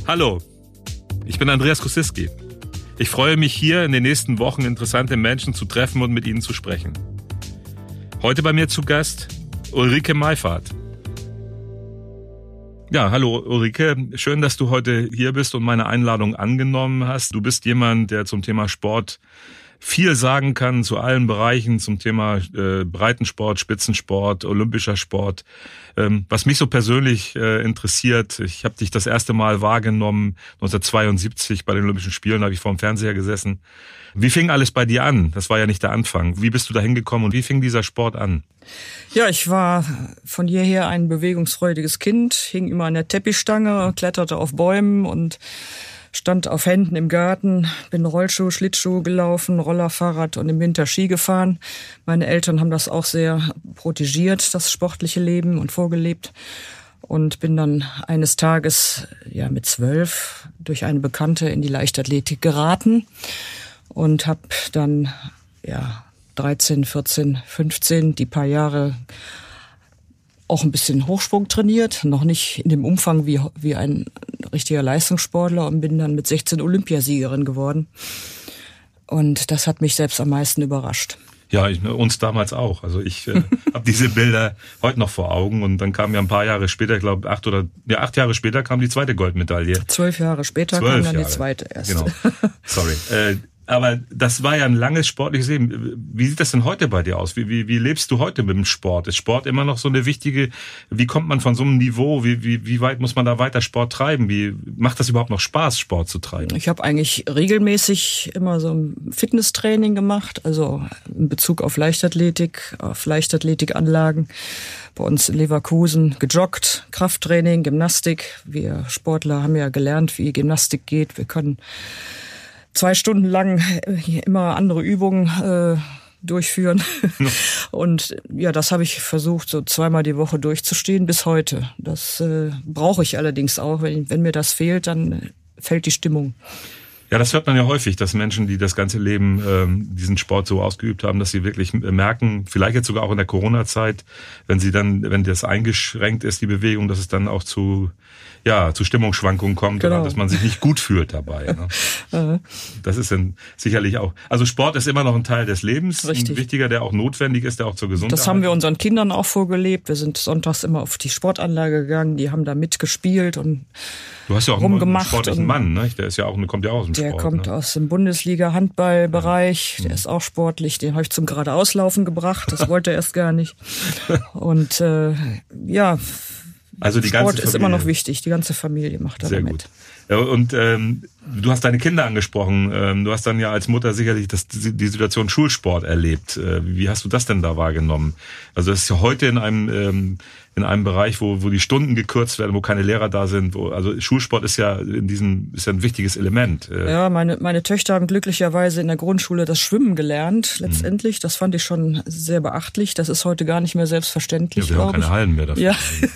Hallo, ich bin Andreas Kosiski. Ich freue mich hier in den nächsten Wochen interessante Menschen zu treffen und mit ihnen zu sprechen. Heute bei mir zu Gast Ulrike Meifert. Ja, hallo Ulrike, schön, dass du heute hier bist und meine Einladung angenommen hast. Du bist jemand, der zum Thema Sport viel sagen kann, zu allen Bereichen, zum Thema Breitensport, Spitzensport, olympischer Sport. Was mich so persönlich interessiert, ich habe dich das erste Mal wahrgenommen, 1972 bei den Olympischen Spielen, da habe ich vor dem Fernseher gesessen. Wie fing alles bei dir an? Das war ja nicht der Anfang. Wie bist du da hingekommen und wie fing dieser Sport an? Ja, ich war von jeher ein bewegungsfreudiges Kind, hing immer an der Teppichstange, kletterte auf Bäumen und stand auf Händen im Garten, bin Rollschuh, Schlittschuh gelaufen, Roller, Fahrrad und im Winter Ski gefahren. Meine Eltern haben das auch sehr protegiert, das sportliche Leben, und vorgelebt. Und bin dann eines Tages, mit 12, durch eine Bekannte in die Leichtathletik geraten und habe dann, 13, 14, 15, die paar Jahre auch ein bisschen Hochsprung trainiert, noch nicht in dem Umfang wie ein richtiger Leistungssportler, und bin dann mit 16 Olympiasiegerin geworden. Und das hat mich selbst am meisten überrascht. Ja, uns damals auch. Also ich habe diese Bilder heute noch vor Augen, und dann kam ja ein paar Jahre später, ich glaube 8 Jahre später kam die zweite Goldmedaille. 12 Jahre später kam dann die zweite erst. Genau, sorry. Aber das war ja ein langes sportliches Leben. Wie sieht das denn heute bei dir aus? Wie lebst du heute mit dem Sport? Ist Sport immer noch so eine wichtige, wie kommt man von so einem Niveau, wie weit muss man da weiter Sport treiben? Wie macht das überhaupt noch Spaß, Sport zu treiben? Ich habe eigentlich regelmäßig immer so ein Fitnesstraining gemacht, also in Bezug auf Leichtathletik, auf Leichtathletikanlagen. Bei uns in Leverkusen gejoggt, Krafttraining, Gymnastik. Wir Sportler haben ja gelernt, wie Gymnastik geht. Wir können 2 Stunden lang immer andere Übungen durchführen. Und das habe ich versucht, so 2-mal die Woche durchzustehen bis heute. Das brauche ich allerdings auch. Wenn mir das fehlt, dann fällt die Stimmung. Ja, das hört man ja häufig, dass Menschen, die das ganze Leben diesen Sport so ausgeübt haben, dass sie wirklich merken, vielleicht jetzt sogar auch in der Corona-Zeit, wenn das eingeschränkt ist, die Bewegung, dass es dann auch zu Stimmungsschwankungen kommt, genau, oder dass man sich nicht gut fühlt dabei. Ne? Das ist dann sicherlich auch. Also Sport ist immer noch ein Teil des Lebens, richtig, ein wichtiger, der auch notwendig ist, der auch zur Gesundheit. Das haben wir unseren Kindern auch vorgelebt. Wir sind sonntags immer auf die Sportanlage gegangen, die haben da mitgespielt und du hast ja auch einen sportlichen Mann, ne? Der ist ja auch, kommt ja auch aus dem Sport. Der kommt aus dem Bundesliga-Handballbereich, der ist auch sportlich, den habe ich zum Geradeauslaufen gebracht, das wollte er erst gar nicht. Und also die Sport ganze ist immer noch wichtig, die ganze Familie macht da sehr mit. Gut. Und du hast deine Kinder angesprochen. Du hast dann ja als Mutter sicherlich die Situation Schulsport erlebt. Wie hast du das denn da wahrgenommen? Also das ist ja heute in einem Bereich, wo die Stunden gekürzt werden, wo keine Lehrer da sind. Also Schulsport ist ja ein wichtiges Element. Ja, meine Töchter haben glücklicherweise in der Grundschule das Schwimmen gelernt. Letztendlich, das fand ich schon sehr beachtlich. Das ist heute gar nicht mehr selbstverständlich. Ja, wir haben keine Hallen mehr dafür. Ja.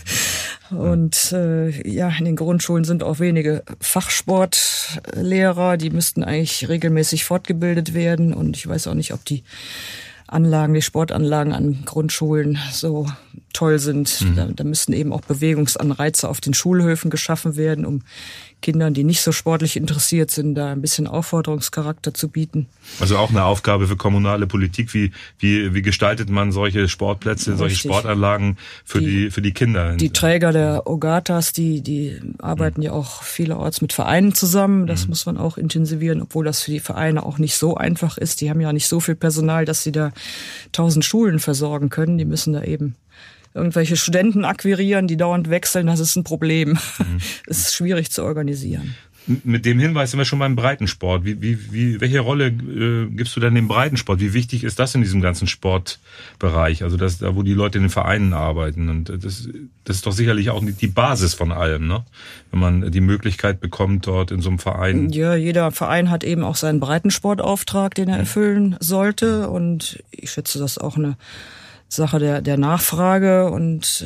Und in den Grundschulen sind auch wenige Fachsportlehrer, die müssten eigentlich regelmäßig fortgebildet werden, und ich weiß auch nicht, ob die Sportanlagen an Grundschulen so toll sind. Da müssten eben auch Bewegungsanreize auf den Schulhöfen geschaffen werden, um Kindern, die nicht so sportlich interessiert sind, da ein bisschen Aufforderungscharakter zu bieten. Also auch eine Aufgabe für kommunale Politik. Wie gestaltet man solche Sportplätze, Richtig, solche Sportanlagen für die Kinder? Die Träger der Ogatas, die arbeiten ja auch vielerorts mit Vereinen zusammen. Das muss man auch intensivieren, obwohl das für die Vereine auch nicht so einfach ist. Die haben ja nicht so viel Personal, dass sie da 1000 Schulen versorgen können. Die müssen da eben irgendwelche Studenten akquirieren, die dauernd wechseln, das ist ein Problem. Es ist schwierig zu organisieren. Mit dem Hinweis sind wir schon beim Breitensport. Welche Rolle gibst du denn dem Breitensport? Wie wichtig ist das in diesem ganzen Sportbereich? Also da, wo die Leute in den Vereinen arbeiten. Und das ist doch sicherlich auch die Basis von allem, ne? Wenn man die Möglichkeit bekommt, dort in so einem Verein. Ja, jeder Verein hat eben auch seinen Breitensportauftrag, den er erfüllen sollte. Und ich schätze, das ist auch eine Sache der Nachfrage, und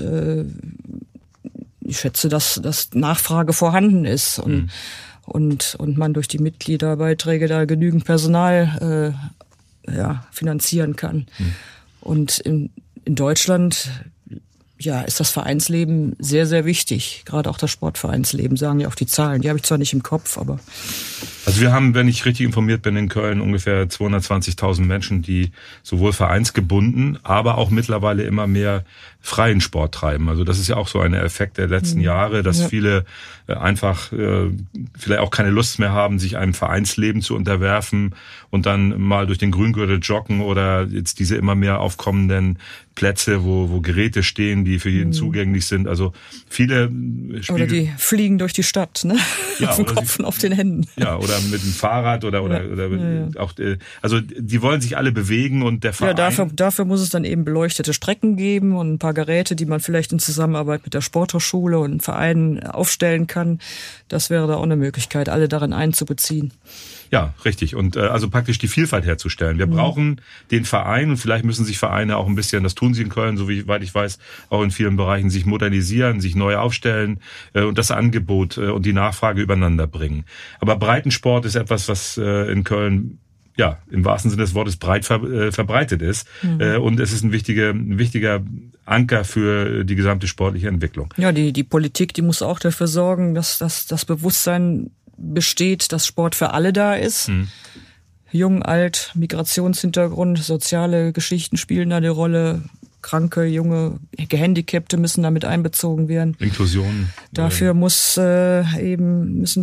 ich schätze, dass Nachfrage vorhanden ist und man durch die Mitgliederbeiträge da genügend Personal finanzieren kann. Und in Deutschland ist das Vereinsleben sehr, sehr wichtig. Gerade auch das Sportvereinsleben, sagen ja auch die Zahlen. Die habe ich zwar nicht im Kopf, aber... Also wir haben, wenn ich richtig informiert bin, in Köln ungefähr 220.000 Menschen, die sowohl vereinsgebunden, aber auch mittlerweile immer mehr freien Sport treiben. Also das ist ja auch so ein Effekt der letzten Jahre, dass viele einfach vielleicht auch keine Lust mehr haben, sich einem Vereinsleben zu unterwerfen und dann mal durch den Grüngürtel joggen oder jetzt diese immer mehr aufkommenden Plätze, wo Geräte stehen, die für jeden zugänglich sind. Also viele Oder die fliegen durch die Stadt, ne? Ja, auf dem Kopf und auf den Händen. Ja, oder mit dem Fahrrad oder auch, also die wollen sich alle bewegen und der Verein. Ja, dafür muss es dann eben beleuchtete Strecken geben und ein paar Geräte, die man vielleicht in Zusammenarbeit mit der Sporthochschule und Vereinen aufstellen kann. Das wäre da auch eine Möglichkeit, alle darin einzubeziehen. Ja, richtig. Und also praktisch die Vielfalt herzustellen. Wir brauchen den Verein und vielleicht müssen sich Vereine auch ein bisschen, das tun sie in Köln, soweit ich weiß, auch in vielen Bereichen, sich modernisieren, sich neu aufstellen und das Angebot und die Nachfrage übereinander bringen. Aber Breitensport ist etwas, was in Köln im wahrsten Sinne des Wortes breit verbreitet ist. Und es ist ein wichtiger Anker für die gesamte sportliche Entwicklung. Ja, die Politik, die muss auch dafür sorgen, dass das Bewusstsein besteht, dass Sport für alle da ist. Jung, alt, Migrationshintergrund, soziale Geschichten spielen da eine Rolle. Kranke, junge, Gehandicapte müssen damit einbezogen werden. Inklusion. Dafür müssen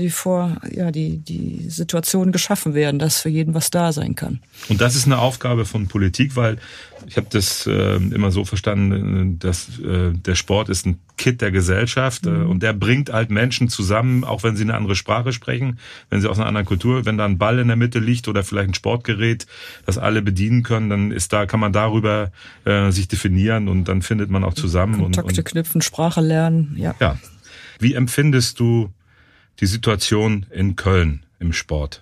die Situationen geschaffen werden, dass für jeden was da sein kann. Und das ist eine Aufgabe von Politik, weil ich habe das immer so verstanden, dass der Sport ist ein Kit der Gesellschaft und der bringt halt Menschen zusammen, auch wenn sie eine andere Sprache sprechen, wenn sie aus einer anderen Kultur, wenn da ein Ball in der Mitte liegt oder vielleicht ein Sportgerät, das alle bedienen können, dann kann man darüber sich definieren und dann findet man auch zusammen. Kontakte knüpfen, Sprache lernen, ja. Wie empfindest du die Situation in Köln im Sport?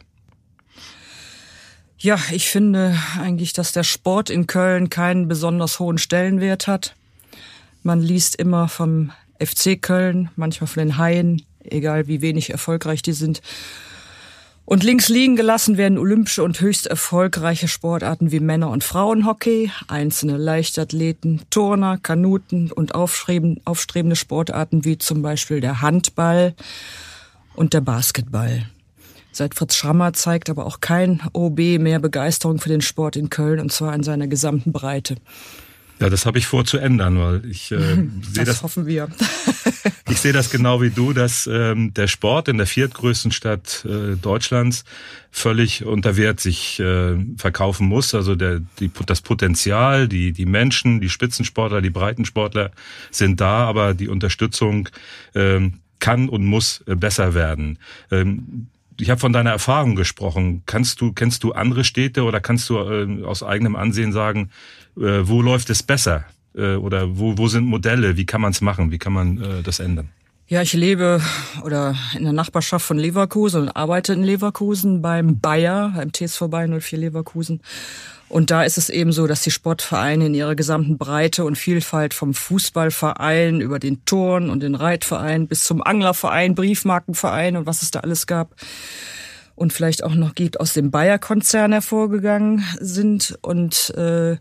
Ja, ich finde eigentlich, dass der Sport in Köln keinen besonders hohen Stellenwert hat. Man liest immer vom FC Köln, manchmal von den Haien, egal wie wenig erfolgreich die sind. Und links liegen gelassen werden olympische und höchst erfolgreiche Sportarten wie Männer- und Frauenhockey, einzelne Leichtathleten, Turner, Kanuten und aufstrebende Sportarten wie zum Beispiel der Handball und der Basketball. Seit Fritz Schrammer zeigt aber auch kein OB mehr Begeisterung für den Sport in Köln, und zwar in seiner gesamten Breite. Ja, das habe ich vor zu ändern, weil ich sehe das hoffen wir. Ich sehe das genau wie du, dass der Sport in der viertgrößten Stadt Deutschlands völlig unter Wert sich verkaufen muss. Also das Potenzial, die Menschen, die Spitzensportler, die Breitensportler sind da, aber die Unterstützung kann und muss besser werden. Ich habe von deiner Erfahrung gesprochen. Kennst du andere Städte oder kannst du aus eigenem Ansehen sagen, wo läuft es besser? Oder wo sind Modelle? Wie kann man es machen? Wie kann man das ändern? Ja, ich lebe in der Nachbarschaft von Leverkusen und arbeite in Leverkusen beim TSV Bayer 04 Leverkusen. Und da ist es eben so, dass die Sportvereine in ihrer gesamten Breite und Vielfalt vom Fußballverein über den Turn- und den Reitverein bis zum Anglerverein, Briefmarkenverein und was es da alles gab und vielleicht auch noch gibt, aus dem Bayer-Konzern hervorgegangen sind und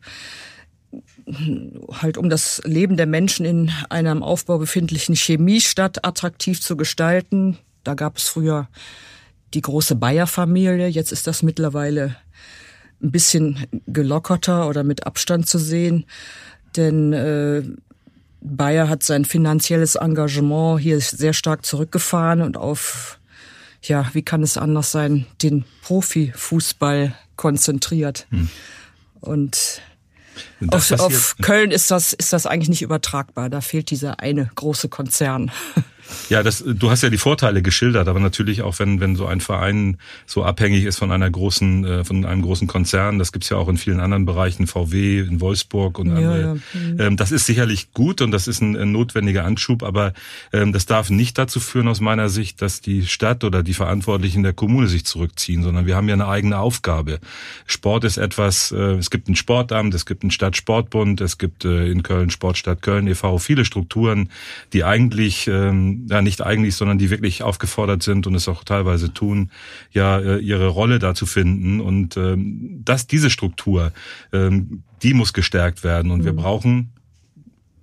halt um das Leben der Menschen in einer im Aufbau befindlichen Chemiestadt attraktiv zu gestalten. Da gab es früher die große Bayer-Familie, jetzt ist das mittlerweile ein bisschen gelockerter oder mit Abstand zu sehen, denn Bayer hat sein finanzielles Engagement hier sehr stark zurückgefahren und auf, wie kann es anders sein, den Profifußball konzentriert. Und auf Köln ist das eigentlich nicht übertragbar. Da fehlt dieser eine große Konzern. Ja, du hast ja die Vorteile geschildert, aber natürlich auch, wenn so ein Verein so abhängig ist von einem großen Konzern, das gibt's ja auch in vielen anderen Bereichen, VW in Wolfsburg und andere. Ja. Das ist sicherlich gut und das ist ein notwendiger Anschub, aber das darf nicht dazu führen aus meiner Sicht, dass die Stadt oder die Verantwortlichen der Kommune sich zurückziehen, sondern wir haben ja eine eigene Aufgabe. Sport ist etwas, es gibt ein Sportamt, es gibt einen Stadtsportbund, es gibt in Köln Sportstadt Köln e.V. viele Strukturen, die eigentlich nicht eigentlich, sondern die wirklich aufgefordert sind und es auch teilweise tun, ihre Rolle da zu finden. Und diese Struktur, die muss gestärkt werden. Und wir brauchen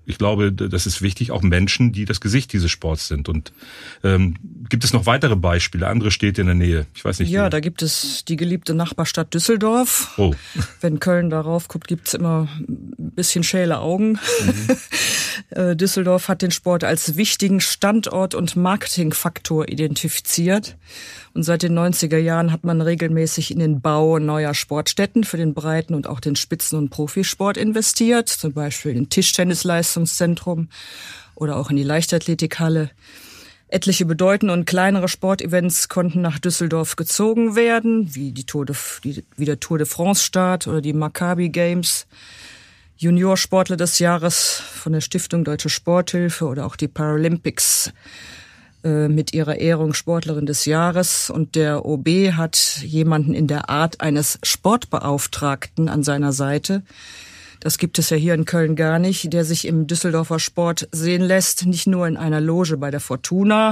ich glaube, das ist wichtig, auch Menschen, die das Gesicht dieses Sports sind. Und gibt es noch weitere Beispiele, andere Städte in der Nähe? Ich weiß nicht. Ja, da gibt es die geliebte Nachbarstadt Düsseldorf. Oh. Wenn Köln darauf guckt, gibt's immer ein bisschen schäle Augen. Düsseldorf hat den Sport als wichtigen Standort- und Marketingfaktor identifiziert. Und seit den 90er Jahren hat man regelmäßig in den Bau neuer Sportstätten für den Breiten- und auch den Spitzen- und Profisport investiert. Zum Beispiel in Tischtennisleistungszentrum oder auch in die Leichtathletikhalle. Etliche bedeutende und kleinere Sportevents konnten nach Düsseldorf gezogen werden, wie der Tour de France Start oder die Maccabi Games. Juniorsportler des Jahres von der Stiftung Deutsche Sporthilfe oder auch die Paralympics mit ihrer Ehrung Sportlerin des Jahres. Und der OB hat jemanden in der Art eines Sportbeauftragten an seiner Seite. Das gibt es ja hier in Köln gar nicht, der sich im Düsseldorfer Sport sehen lässt, nicht nur in einer Loge bei der Fortuna,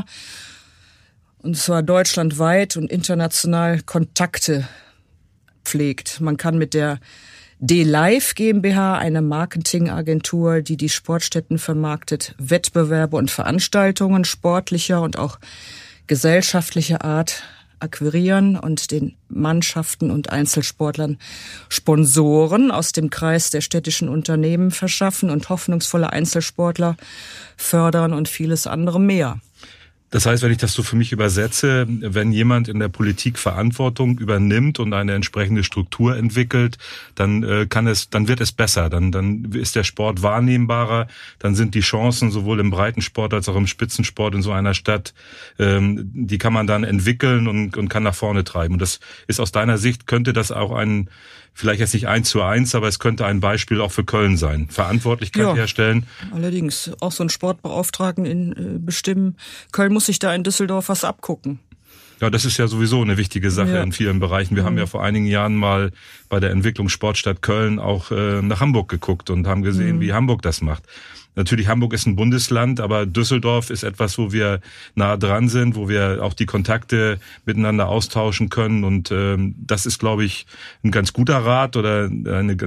und zwar deutschlandweit und international Kontakte pflegt. Man kann mit der D-Live GmbH, eine Marketingagentur, die die Sportstätten vermarktet, Wettbewerbe und Veranstaltungen sportlicher und auch gesellschaftlicher Art akquirieren und den Mannschaften und Einzelsportlern Sponsoren aus dem Kreis der städtischen Unternehmen verschaffen und hoffnungsvolle Einzelsportler fördern und vieles andere mehr. Das heißt, wenn ich das so für mich übersetze, wenn jemand in der Politik Verantwortung übernimmt und eine entsprechende Struktur entwickelt, dann wird es besser, dann ist der Sport wahrnehmbarer, dann sind die Chancen sowohl im Breitensport als auch im Spitzensport in so einer Stadt, die kann man dann entwickeln und kann nach vorne treiben. Und das ist aus deiner Sicht, könnte das auch vielleicht jetzt nicht 1:1, aber es könnte ein Beispiel auch für Köln sein. Verantwortlichkeit herstellen. Allerdings auch so einen Sportbeauftragten bestimmen. Köln muss sich da in Düsseldorf was abgucken. Ja, das ist ja sowieso eine wichtige Sache in vielen Bereichen. Wir haben ja vor einigen Jahren mal bei der Entwicklung Sportstadt Köln auch nach Hamburg geguckt und haben gesehen, wie Hamburg das macht. Natürlich, Hamburg ist ein Bundesland, aber Düsseldorf ist etwas, wo wir nah dran sind, wo wir auch die Kontakte miteinander austauschen können. Und das ist, glaube ich, ein ganz guter Rat oder ein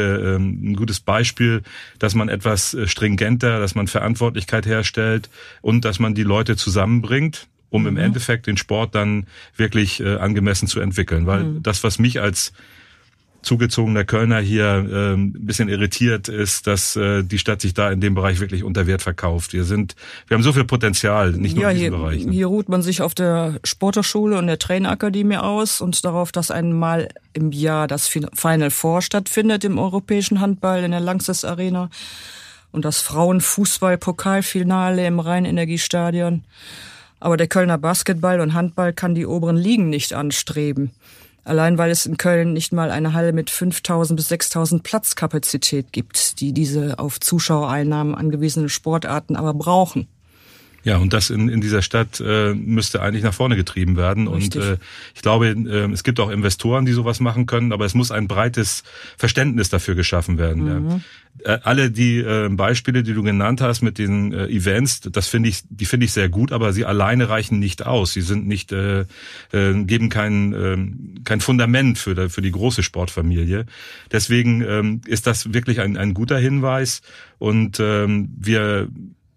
gutes Beispiel, dass man etwas stringenter, dass man Verantwortlichkeit herstellt und dass man die Leute zusammenbringt, um im Endeffekt den Sport dann wirklich angemessen zu entwickeln. Weil das, was mich als zugezogener Kölner hier ein bisschen irritiert ist, dass die Stadt sich da in dem Bereich wirklich unter Wert verkauft. Wir haben so viel Potenzial, nicht nur in diesem Bereich. Hier ruht man sich auf der Sporthochschule und der Trainerakademie aus und darauf, dass einmal im Jahr das Final Four stattfindet im europäischen Handball in der Lanxess Arena und das Frauenfußball-Pokalfinale im Rhein-Energiestadion. Aber der Kölner Basketball und Handball kann die oberen Ligen nicht anstreben. Allein weil es in Köln nicht mal eine Halle mit 5.000 bis 6.000 Platzkapazität gibt, die diese auf Zuschauereinnahmen angewiesenen Sportarten aber brauchen. Ja, und das in dieser Stadt müsste eigentlich nach vorne getrieben werden. Richtig. Und ich glaube, es gibt auch Investoren, die sowas machen können, aber es muss ein breites Verständnis dafür geschaffen werden. Ja. Alle die Beispiele, die du genannt hast mit den Events, die finde ich sehr gut, aber sie alleine reichen nicht aus. Sie sind nicht geben kein Fundament für die große Sportfamilie. Deswegen ist das wirklich ein guter Hinweis und wir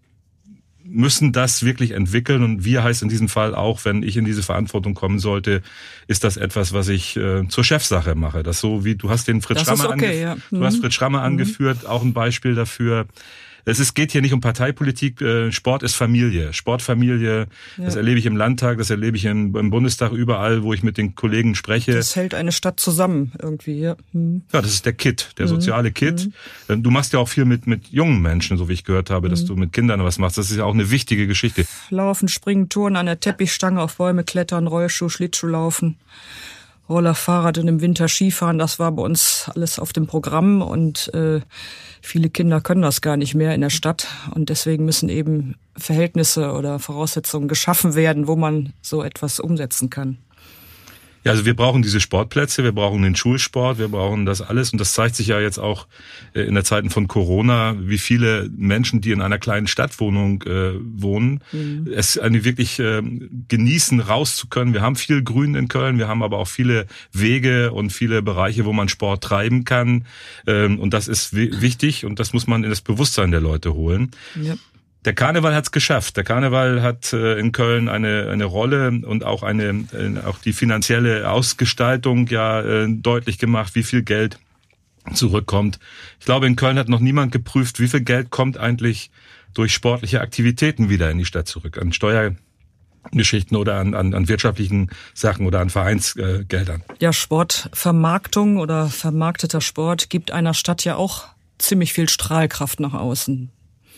müssen das wirklich entwickeln und wir heißt in diesem Fall auch, wenn ich in diese Verantwortung kommen sollte, ist das etwas, was ich zur Chefsache mache. Das so wie du hast den Fritz Schrammer du hast Fritz Schrammer angeführt, auch ein Beispiel dafür. Geht hier nicht um Parteipolitik, Sport ist Familie. Sportfamilie, das erlebe ich im Landtag, das erlebe ich im Bundestag, überall, wo ich mit den Kollegen spreche. Das hält eine Stadt zusammen irgendwie, ja. Ja, das ist der Kit, der soziale Kit. Du machst ja auch viel mit jungen Menschen, so wie ich gehört habe, dass du mit Kindern was machst. Das ist ja auch eine wichtige Geschichte. Laufen, springen, Touren an der Teppichstange, auf Bäume klettern, Rollschuh, Schlittschuh laufen. Roller, Fahrrad und im Winter Skifahren, das war bei uns alles auf dem Programm und viele Kinder können das gar nicht mehr in der Stadt und deswegen müssen eben Verhältnisse oder Voraussetzungen geschaffen werden, wo man so etwas umsetzen kann. Ja, also wir brauchen diese Sportplätze, wir brauchen den Schulsport, wir brauchen das alles. Und das zeigt sich ja jetzt auch in der Zeiten von Corona, wie viele Menschen, die in einer kleinen Stadtwohnung wohnen, es wirklich genießen, raus zu können. Wir haben viel Grün in Köln, wir haben aber auch viele Wege und viele Bereiche, wo man Sport treiben kann. Und das ist wichtig und das muss man in das Bewusstsein der Leute holen. Ja. Der Karneval hat's geschafft. Der Karneval hat in Köln eine Rolle und auch auch die finanzielle Ausgestaltung deutlich gemacht, wie viel Geld zurückkommt. Ich glaube, in Köln hat noch niemand geprüft, wie viel Geld kommt eigentlich durch sportliche Aktivitäten wieder in die Stadt zurück, an Steuergeschichten oder an wirtschaftlichen Sachen oder an Vereinsgeldern. Ja, Sportvermarktung oder vermarkteter Sport gibt einer Stadt ja auch ziemlich viel Strahlkraft nach außen.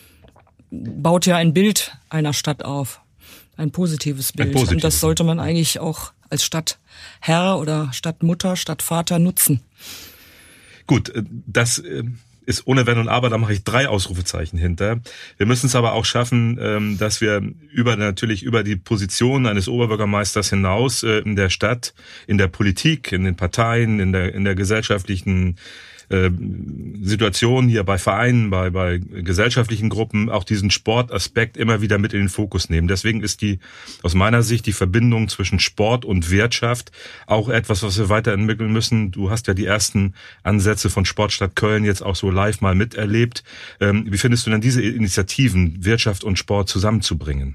Baut ja ein Bild einer Stadt auf, ein positives Bild. Und das sollte man eigentlich auch als Stadtherr oder Stadtmutter, Stadtvater nutzen. Gut, das ist ohne Wenn und Aber, da mache ich 3 Ausrufezeichen hinter. Wir müssen es aber auch schaffen, dass wir natürlich über die Position eines Oberbürgermeisters hinaus in der Stadt, in der Politik, in den Parteien, in der gesellschaftlichen Situation hier bei Vereinen, bei gesellschaftlichen Gruppen auch diesen Sportaspekt immer wieder mit in den Fokus nehmen. Deswegen ist aus meiner Sicht die Verbindung zwischen Sport und Wirtschaft auch etwas, was wir weiterentwickeln müssen. Du hast ja die ersten Ansätze von Sportstadt Köln jetzt auch so live mal miterlebt. Wie findest du denn diese Initiativen, Wirtschaft und Sport zusammenzubringen?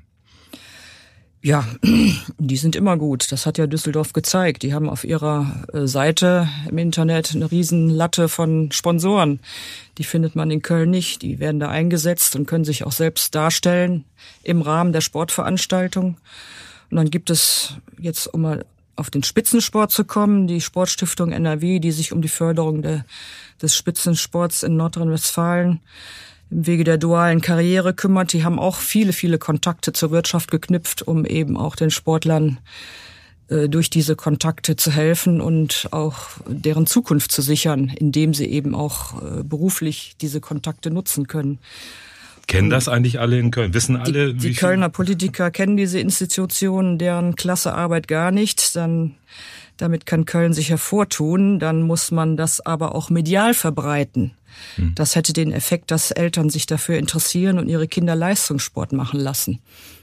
Ja, die sind immer gut. Das hat ja Düsseldorf gezeigt. Die haben auf ihrer Seite im Internet eine riesen Latte von Sponsoren. Die findet man in Köln nicht. Die werden da eingesetzt und können sich auch selbst darstellen im Rahmen der Sportveranstaltung. Und dann gibt es jetzt, um mal auf den Spitzensport zu kommen, die Sportstiftung NRW, die sich um die Förderung des Spitzensports in Nordrhein-Westfalen im Wege der dualen Karriere kümmert. Die haben auch viele, viele Kontakte zur Wirtschaft geknüpft, um eben auch den Sportlern durch diese Kontakte zu helfen und auch deren Zukunft zu sichern, indem sie eben auch beruflich diese Kontakte nutzen können. Kennen das eigentlich alle in Köln? Wissen alle, die Kölner Politiker kennen diese Institutionen, deren klasse Arbeit gar nicht. Damit kann Köln sich hervortun. Dann muss man das aber auch medial verbreiten. Das hätte den Effekt, dass Eltern sich dafür interessieren und ihre Kinder Leistungssport machen lassen.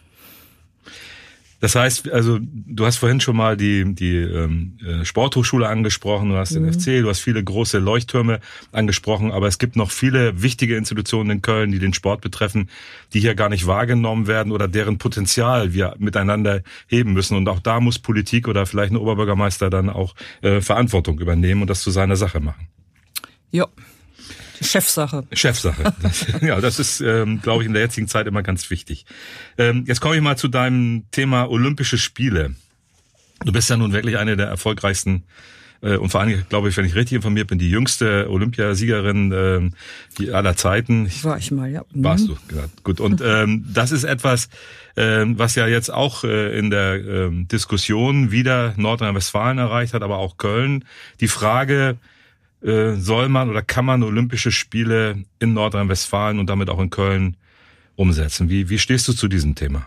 Das heißt, also du hast vorhin schon mal die Sporthochschule angesprochen, du hast den FC, du hast viele große Leuchttürme angesprochen, aber es gibt noch viele wichtige Institutionen in Köln, die den Sport betreffen, die hier gar nicht wahrgenommen werden oder deren Potenzial wir miteinander heben müssen. Und auch da muss Politik oder vielleicht ein Oberbürgermeister dann auch Verantwortung übernehmen und das zu seiner Sache machen. Ja. Chefsache. Ja, das ist, glaube ich, in der jetzigen Zeit immer ganz wichtig. Jetzt komme ich mal zu deinem Thema Olympische Spiele. Du bist ja nun wirklich eine der erfolgreichsten und vor allem, glaube ich, wenn ich richtig informiert bin, die jüngste Olympiasiegerin aller Zeiten. War ich mal, ja. Warst du, ja, gut. Und das ist etwas, was ja jetzt auch in der Diskussion wieder Nordrhein-Westfalen erreicht hat, aber auch Köln. Die Frage, soll man oder kann man Olympische Spiele in Nordrhein-Westfalen und damit auch in Köln umsetzen? Wie stehst du zu diesem Thema?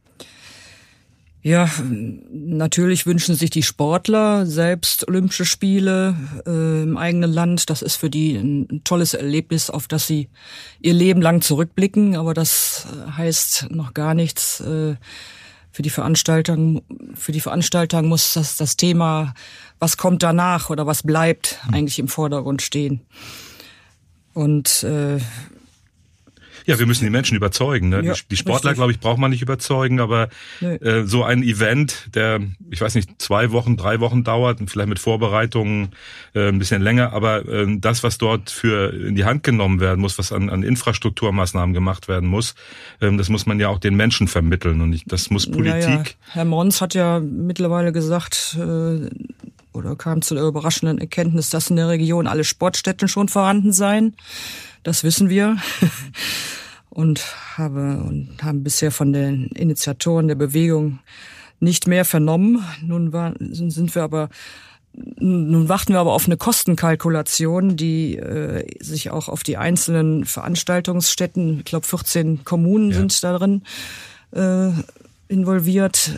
Ja, natürlich wünschen sich die Sportler selbst Olympische Spiele im eigenen Land. Das ist für die ein tolles Erlebnis, auf das sie ihr Leben lang zurückblicken. Aber das heißt noch gar nichts. Für die Veranstaltung muss das Thema, was kommt danach oder was bleibt, eigentlich im Vordergrund stehen. Und ja, wir müssen die Menschen überzeugen. Ne? Ja, die Sportler, glaube ich, braucht man nicht überzeugen, aber so ein Event, der, ich weiß nicht, 2 Wochen, 3 Wochen dauert und vielleicht mit Vorbereitungen ein bisschen länger, aber das, was dort in die Hand genommen werden muss, was an Infrastrukturmaßnahmen gemacht werden muss, das muss man ja auch den Menschen vermitteln und das muss Politik. Ja. Herr Mons hat ja mittlerweile gesagt, oder kam zu der überraschenden Erkenntnis, dass in der Region alle Sportstätten schon vorhanden seien. Das wissen wir und haben bisher von den Initiatoren der Bewegung nicht mehr vernommen. Nun warten wir aber auf eine Kostenkalkulation, die sich auch auf die einzelnen Veranstaltungsstätten, ich glaube 14 Kommunen sind da drin, involviert.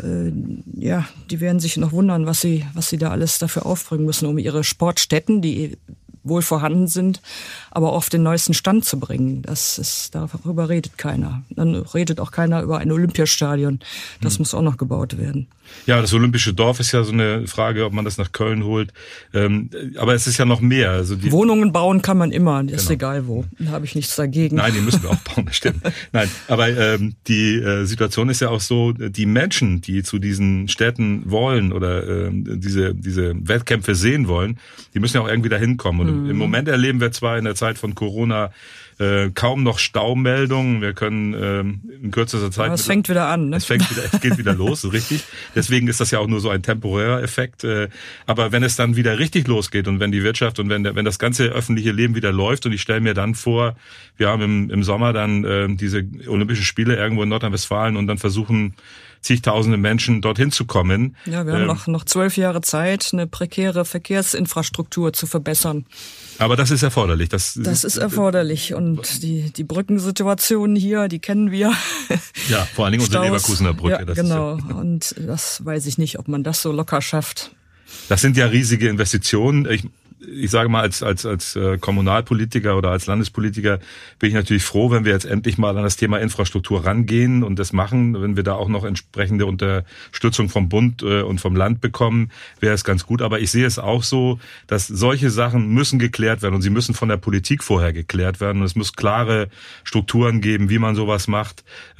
Ja, die werden sich noch wundern, was sie da alles dafür aufbringen müssen, um ihre Sportstätten, die wohl vorhanden sind, aber auf den neuesten Stand zu bringen. Darüber redet keiner. Dann redet auch keiner über ein Olympiastadion. Das muss auch noch gebaut werden. Ja, das Olympische Dorf ist ja so eine Frage, ob man das nach Köln holt. Aber es ist ja noch mehr. Also Wohnungen bauen kann man immer, ist egal wo. Da habe ich nichts dagegen. Nein, die müssen wir auch bauen, das stimmt. Nein, aber die Situation ist ja auch so, die Menschen, die zu diesen Städten wollen oder diese Wettkämpfe sehen wollen, die müssen ja auch irgendwie da hinkommen. Und im Moment erleben wir zwar in der Zeit von Corona kaum noch Staumeldungen. Wir können in kürzester Zeit... Aber es fängt wieder an, ne? Es geht wieder los, richtig. Deswegen ist das ja auch nur so ein temporärer Effekt. Aber wenn es dann wieder richtig losgeht und wenn die Wirtschaft und wenn das ganze öffentliche Leben wieder läuft, und ich stelle mir dann vor, wir haben im Sommer dann diese Olympischen Spiele irgendwo in Nordrhein-Westfalen und dann versuchen zigtausende Menschen dorthin zu kommen. Ja, wir haben noch 12 Jahre Zeit, eine prekäre Verkehrsinfrastruktur zu verbessern. Aber das ist erforderlich. Das ist erforderlich. Und die Brückensituation hier, die kennen wir. Ja, vor allen Dingen unsere Leverkusener Brücke. Ja, genau. Und das weiß ich nicht, ob man das so locker schafft. Das sind ja riesige Investitionen. Ich sage mal, als Kommunalpolitiker oder als Landespolitiker bin ich natürlich froh, wenn wir jetzt endlich mal an das Thema Infrastruktur rangehen und das machen. Wenn wir da auch noch entsprechende Unterstützung vom Bund und vom Land bekommen, wäre es ganz gut. Aber ich sehe es auch so, dass solche Sachen müssen geklärt werden und sie müssen von der Politik vorher geklärt werden. Und es muss klare Strukturen geben, wie man sowas macht.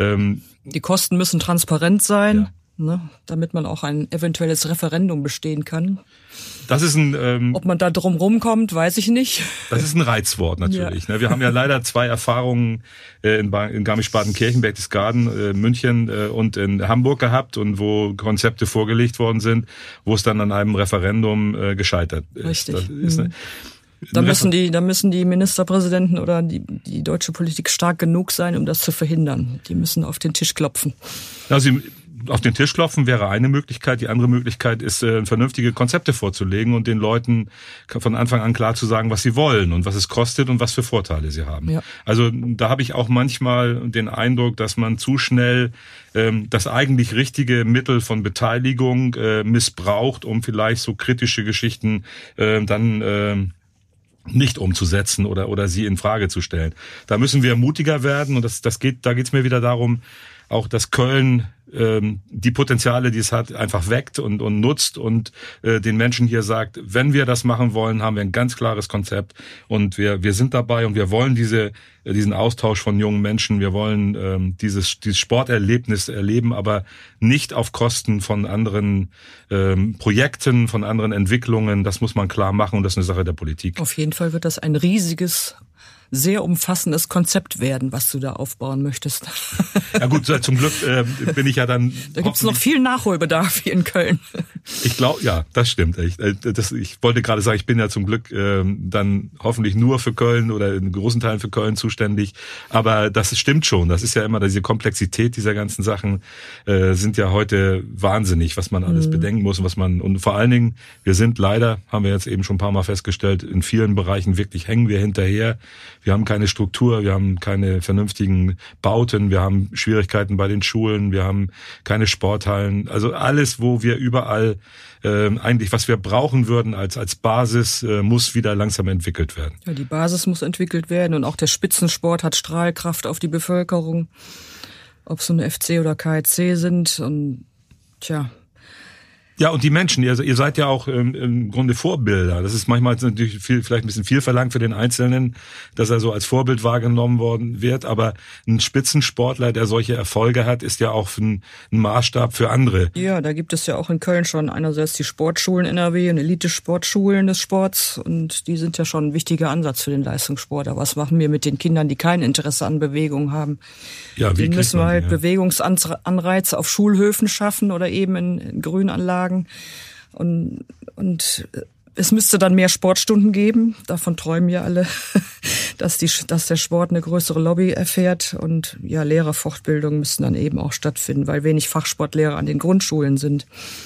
Die Kosten müssen transparent sein. Ja. Ne, damit man auch ein eventuelles Referendum bestehen kann. Das ist ob man da drum rumkommt, weiß ich nicht. Das ist ein Reizwort natürlich. Ja. Wir haben ja leider 2 Erfahrungen in Garmisch-Partenkirchen, Berchtesgaden, München und in Hamburg gehabt und wo Konzepte vorgelegt worden sind, wo es dann an einem Referendum gescheitert ist. Richtig. Da müssen die Ministerpräsidenten oder die deutsche Politik stark genug sein, um das zu verhindern. Die müssen auf den Tisch klopfen. Also auf den Tisch klopfen wäre eine Möglichkeit. Die andere Möglichkeit ist, vernünftige Konzepte vorzulegen und den Leuten von Anfang an klar zu sagen, was sie wollen und was es kostet und was für Vorteile sie haben. Ja. Also da habe ich auch manchmal den Eindruck, dass man zu schnell das eigentlich richtige Mittel von Beteiligung missbraucht, um vielleicht so kritische Geschichten dann nicht umzusetzen oder sie in Frage zu stellen. Da müssen wir mutiger werden und da geht's mir wieder darum, auch dass Köln die Potenziale, die es hat, einfach weckt und nutzt und den Menschen hier sagt, wenn wir das machen wollen, haben wir ein ganz klares Konzept und wir sind dabei und wir wollen diesen Austausch von jungen Menschen, wir wollen dieses Sporterlebnis erleben, aber nicht auf Kosten von anderen Projekten, von anderen Entwicklungen. Das muss man klar machen und das ist eine Sache der Politik. Auf jeden Fall wird das ein riesiges, sehr umfassendes Konzept werden, was du da aufbauen möchtest. Ja gut, zum Glück bin ich ja dann... Da gibt's noch viel Nachholbedarf hier in Köln. Ich glaube, ja, das stimmt. Ich wollte gerade sagen, ich bin ja zum Glück dann hoffentlich nur für Köln oder in großen Teilen für Köln zuständig. Aber das stimmt schon. Das ist ja immer diese Komplexität dieser ganzen Sachen sind ja heute wahnsinnig, was man alles bedenken muss und vor allen Dingen, wir sind leider, haben wir jetzt eben schon ein paar Mal festgestellt, in vielen Bereichen wirklich hängen wir hinterher. Wir haben keine Struktur, wir haben keine vernünftigen Bauten, wir haben Schwierigkeiten bei den Schulen, wir haben keine Sporthallen. Also alles, wo wir überall eigentlich, was wir brauchen würden als Basis, muss wieder langsam entwickelt werden. Ja, die Basis muss entwickelt werden und auch der Spitzensport hat Strahlkraft auf die Bevölkerung. Ob so eine FC oder KSC sind und Ja, und die Menschen, ihr seid ja auch im Grunde Vorbilder. Das ist manchmal natürlich vielleicht ein bisschen viel verlangt für den Einzelnen, dass er so als Vorbild wahrgenommen worden wird. Aber ein Spitzensportler, der solche Erfolge hat, ist ja auch ein Maßstab für andere. Ja, da gibt es ja auch in Köln schon einerseits die Sportschulen NRW und Elite-Sportschulen des Sports. Und die sind ja schon ein wichtiger Ansatz für den Leistungssport. Aber was machen wir mit den Kindern, die kein Interesse an Bewegung haben? Ja, wie müssen wir halt Bewegungsanreize auf Schulhöfen schaffen oder eben in Grünanlagen. Und es müsste dann mehr Sportstunden geben. Davon träumen ja alle, dass der Sport eine größere Lobby erfährt. Und ja, Lehrerfortbildungen müssten dann eben auch stattfinden, weil wenig Fachsportlehrer an den Grundschulen sind.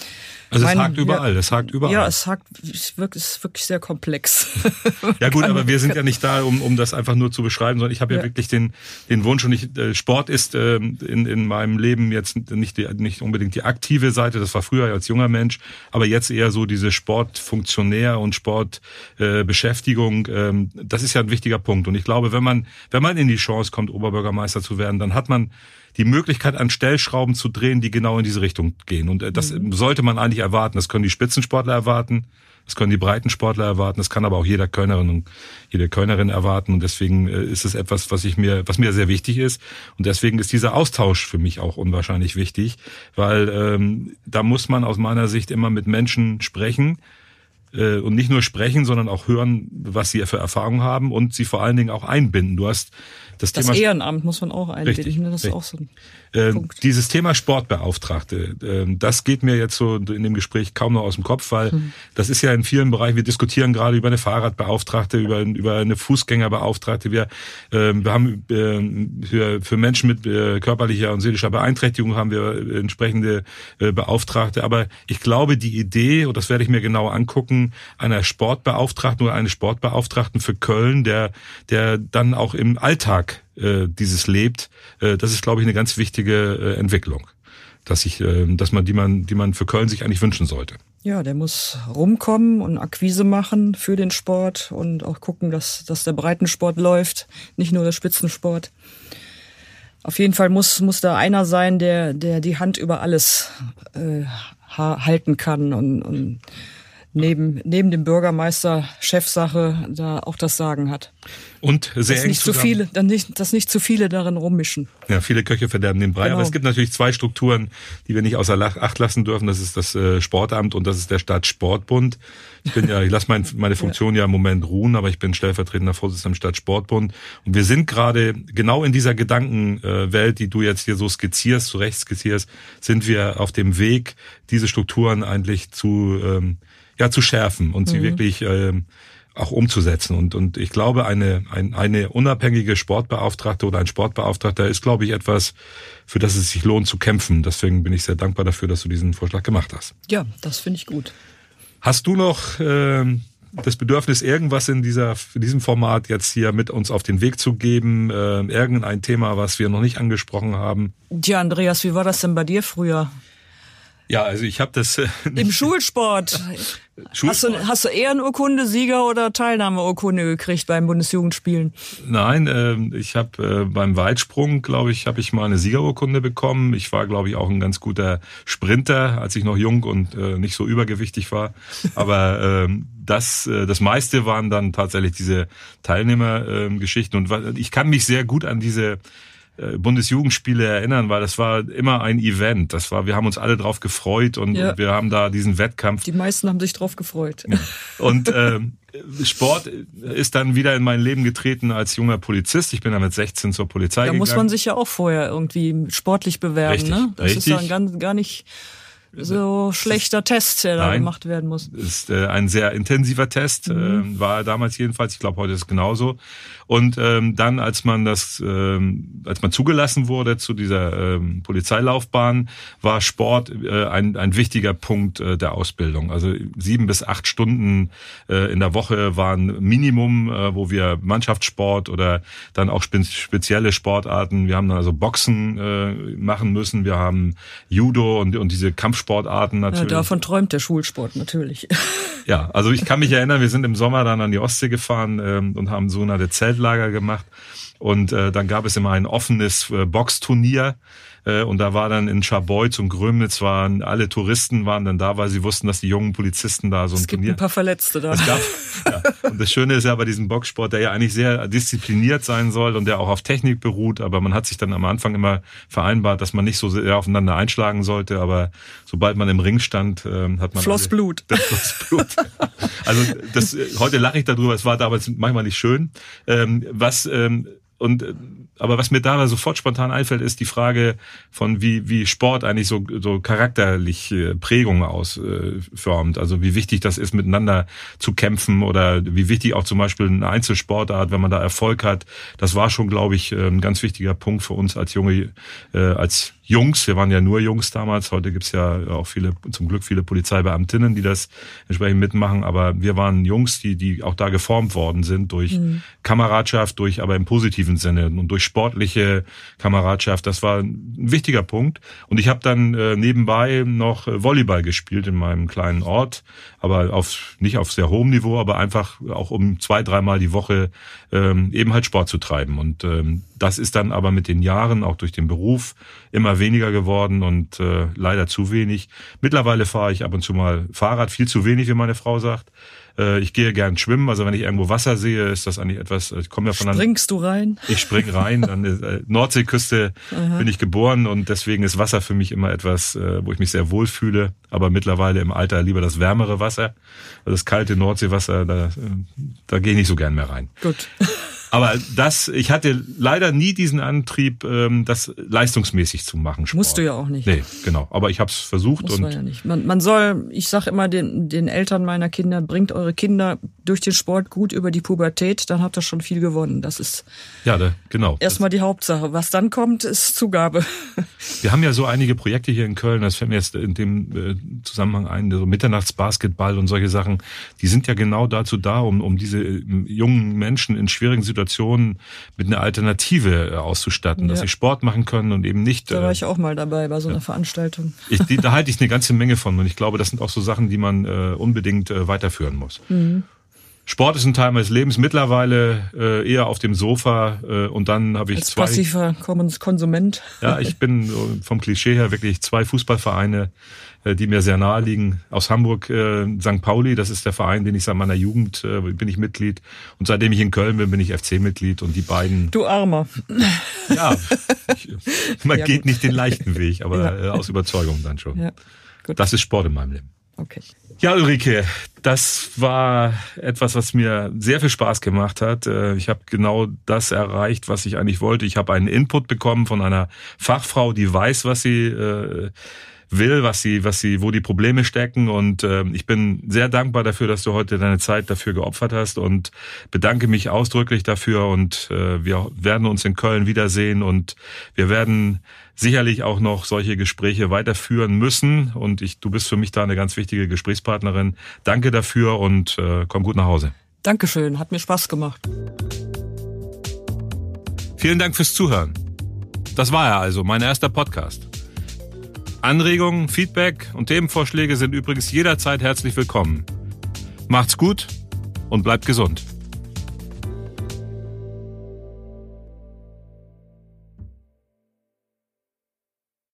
Also es hakt überall, ja, es hakt überall. Ja, es ist wirklich sehr komplex. Ja gut, aber wir sind ja nicht da, um das einfach nur zu beschreiben, sondern ich habe ja wirklich den Wunsch, und Sport ist in meinem Leben jetzt nicht unbedingt die aktive Seite, das war früher als junger Mensch, aber jetzt eher so diese Sportfunktionär und Sportbeschäftigung, das ist ja ein wichtiger Punkt. Und ich glaube, wenn man in die Chance kommt, Oberbürgermeister zu werden, dann hat man die Möglichkeit, an Stellschrauben zu drehen, die genau in diese Richtung gehen. Und das sollte man eigentlich erwarten. Das können die Spitzensportler erwarten, das können die Breitensportler erwarten, das kann aber auch jeder Kölnerin und jede Kölnerin erwarten. Und deswegen ist es etwas, was mir sehr wichtig ist. Und deswegen ist dieser Austausch für mich auch unwahrscheinlich wichtig, weil da muss man aus meiner Sicht immer mit Menschen sprechen, und nicht nur sprechen, sondern auch hören, was sie für Erfahrungen haben und sie vor allen Dingen auch einbinden. Du hast das Thema Ehrenamt muss man auch einbinden. Richtig, das ist auch so ein Punkt. Dieses Thema Sportbeauftragte, das geht mir jetzt so in dem Gespräch kaum noch aus dem Kopf, weil das ist ja in vielen Bereichen, wir diskutieren gerade über eine Fahrradbeauftragte, über eine Fußgängerbeauftragte, wir haben für Menschen mit körperlicher und seelischer Beeinträchtigung haben wir entsprechende Beauftragte, aber ich glaube, die Idee, und das werde ich mir genau angucken, einer Sportbeauftragten oder eines Sportbeauftragten für Köln, der dann auch im Alltag dieses lebt, das ist, glaube ich, eine ganz wichtige Entwicklung, die man für Köln sich eigentlich wünschen sollte. Ja, der muss rumkommen und Akquise machen für den Sport und auch gucken, dass der Breitensport läuft, nicht nur der Spitzensport. Auf jeden Fall muss da einer sein, der die Hand über alles halten kann und neben dem Bürgermeister Chefsache da auch das Sagen hat. Und sehr eng zusammen. Dass nicht zu viele darin rummischen. Ja, viele Köche verderben den Brei. Genau. Aber es gibt natürlich zwei Strukturen, die wir nicht außer Acht lassen dürfen. Das ist das Sportamt und das ist der Stadtsportbund. Ich lasse meine Funktion ja im Moment ruhen, aber ich bin stellvertretender Vorsitzender im Stadtsportbund. Und wir sind gerade genau in dieser Gedankenwelt, die du jetzt hier so zurecht skizzierst, sind wir auf dem Weg, diese Strukturen eigentlich zu schärfen und sie wirklich auch umzusetzen. Und ich glaube, eine unabhängige Sportbeauftragte oder ein Sportbeauftragter ist, glaube ich, etwas, für das es sich lohnt zu kämpfen. Deswegen bin ich sehr dankbar dafür, dass du diesen Vorschlag gemacht hast. Ja, das finde ich gut. Hast du noch das Bedürfnis, irgendwas in diesem Format jetzt hier mit uns auf den Weg zu geben? Irgendein Thema, was wir noch nicht angesprochen haben? Tja, Andreas, wie war das denn bei dir früher? Ja, also ich habe das im Schulsport. Hast du Ehrenurkunde, Sieger oder Teilnahmeurkunde gekriegt beim Bundesjugendspielen? Nein, ich habe beim Weitsprung, glaube ich, habe ich mal eine Siegerurkunde bekommen. Ich war, glaube ich, auch ein ganz guter Sprinter, als ich noch jung und nicht so übergewichtig war. Aber das meiste waren dann tatsächlich diese Teilnehmergeschichten. Und ich kann mich sehr gut an diese Bundesjugendspiele erinnern, weil das war immer ein Event. Wir haben uns alle drauf gefreut und wir haben da diesen Wettkampf. Die meisten haben sich drauf gefreut. Ja. Und Sport ist dann wieder in mein Leben getreten als junger Polizist. Ich bin dann mit 16 zur Polizei gegangen. Da muss man sich ja auch vorher irgendwie sportlich bewerben, richtig, ne? Das richtig. ist dann gar nicht so schlechter Test, der da gemacht werden muss. Das ist ein sehr intensiver Test, war damals jedenfalls. Ich glaube, heute ist es genauso. Und dann, als man zugelassen wurde zu dieser Polizeilaufbahn, war Sport ein wichtiger Punkt der Ausbildung. Also 7 bis 8 Stunden in der Woche waren Minimum, wo wir Mannschaftssport oder dann auch spezielle Sportarten. Wir haben dann also Boxen machen müssen. Wir haben Judo und diese Kampfsportarten natürlich. Ja, davon träumt der Schulsport natürlich. Ja, also ich kann mich erinnern, wir sind im Sommer dann an die Ostsee gefahren und haben sogenannte Zeltlager gemacht. Und dann gab es immer ein offenes Boxturnier. Und da war dann in Scharbeutz und Grömitz alle Touristen waren dann da, weil sie wussten, dass die jungen Polizisten da so ein Turnier. Es gibt ein paar Verletzte da. Und das Schöne ist ja bei diesem Boxsport, der ja eigentlich sehr diszipliniert sein soll und der auch auf Technik beruht, aber man hat sich dann am Anfang immer vereinbart, dass man nicht so sehr aufeinander einschlagen sollte, aber sobald man im Ring stand, hat man floss Blut. Das floss Blut. Also heute lache ich darüber, es war damals manchmal nicht schön. Aber was mir dabei sofort spontan einfällt, ist die Frage von wie Sport eigentlich so charakterlich Prägungen ausformt. Also wie wichtig das ist, miteinander zu kämpfen oder wie wichtig auch zum Beispiel eine Einzelsportart, wenn man da Erfolg hat. Das war schon, glaube ich, ein ganz wichtiger Punkt für uns als als Jungs. Wir waren ja nur Jungs damals. Heute gibt's ja auch zum Glück viele Polizeibeamtinnen, die das entsprechend mitmachen. Aber wir waren Jungs, die auch da geformt worden sind durch Kameradschaft, aber im positiven Sinne und durch sportliche Kameradschaft. Das war ein wichtiger Punkt. Und ich habe dann nebenbei noch Volleyball gespielt in meinem kleinen Ort, aber nicht auf sehr hohem Niveau, aber einfach auch um 2-3 Mal die Woche eben halt Sport zu treiben. Und das ist dann aber mit den Jahren, auch durch den Beruf, immer weniger geworden und leider zu wenig. Mittlerweile fahre ich ab und zu mal Fahrrad, viel zu wenig, wie meine Frau sagt. Ich gehe gern schwimmen, also wenn ich irgendwo Wasser sehe, ist das eigentlich etwas, ich komme ja von Springst du rein? Ich spring rein, dann Nordseeküste bin ich geboren und deswegen ist Wasser für mich immer etwas, wo ich mich sehr wohl fühle, aber mittlerweile im Alter lieber das wärmere Wasser, also das kalte Nordseewasser, da gehe ich nicht so gern mehr rein. Gut. Aber ich hatte leider nie diesen Antrieb, das leistungsmäßig zu machen. Sport. Musst du ja auch nicht. Nee, genau. Aber ich habe es versucht. Muss man ja nicht. Man soll, ich sage immer den Eltern meiner Kinder, bringt eure Kinder durch den Sport gut über die Pubertät, dann habt ihr schon viel gewonnen. Das ist genau. Erstmal die Hauptsache. Was dann kommt, ist Zugabe. Wir haben ja so einige Projekte hier in Köln, das fällt mir jetzt in dem Zusammenhang ein, so Mitternachtsbasketball und solche Sachen, die sind ja genau dazu da, um diese jungen Menschen in schwierigen Situationen mit einer Alternative auszustatten, dass sie Sport machen können und eben nicht... Da war ich auch mal dabei bei so einer Veranstaltung. Da halte ich eine ganze Menge von und ich glaube, das sind auch so Sachen, die man unbedingt weiterführen muss. Mhm. Sport ist ein Teil meines Lebens, mittlerweile eher auf dem Sofa und dann habe ich als passiver Konsument. Ja, ich bin vom Klischee her wirklich 2 Fußballvereine, die mir sehr nahe liegen. Aus Hamburg St. Pauli, das ist der Verein, den ich seit meiner Jugend bin ich Mitglied. Und seitdem ich in Köln bin ich FC-Mitglied und die beiden... Du Armer. Ja, man geht nicht den leichten Weg, aber aus Überzeugung dann schon. Ja, gut. Das ist Sport in meinem Leben. Okay. Ja, Ulrike, das war etwas, was mir sehr viel Spaß gemacht hat. Ich habe genau das erreicht, was ich eigentlich wollte. Ich habe einen Input bekommen von einer Fachfrau, die weiß, was sie will, wo die Probleme stecken. Und ich bin sehr dankbar dafür, dass du heute deine Zeit dafür geopfert hast und bedanke mich ausdrücklich dafür. Und wir werden uns in Köln wiedersehen und wir werden sicherlich auch noch solche Gespräche weiterführen müssen. Und du bist für mich da eine ganz wichtige Gesprächspartnerin. Danke dafür und komm gut nach Hause. Dankeschön, hat mir Spaß gemacht. Vielen Dank fürs Zuhören. Das war er also, mein erster Podcast. Anregungen, Feedback und Themenvorschläge sind übrigens jederzeit herzlich willkommen. Macht's gut und bleibt gesund.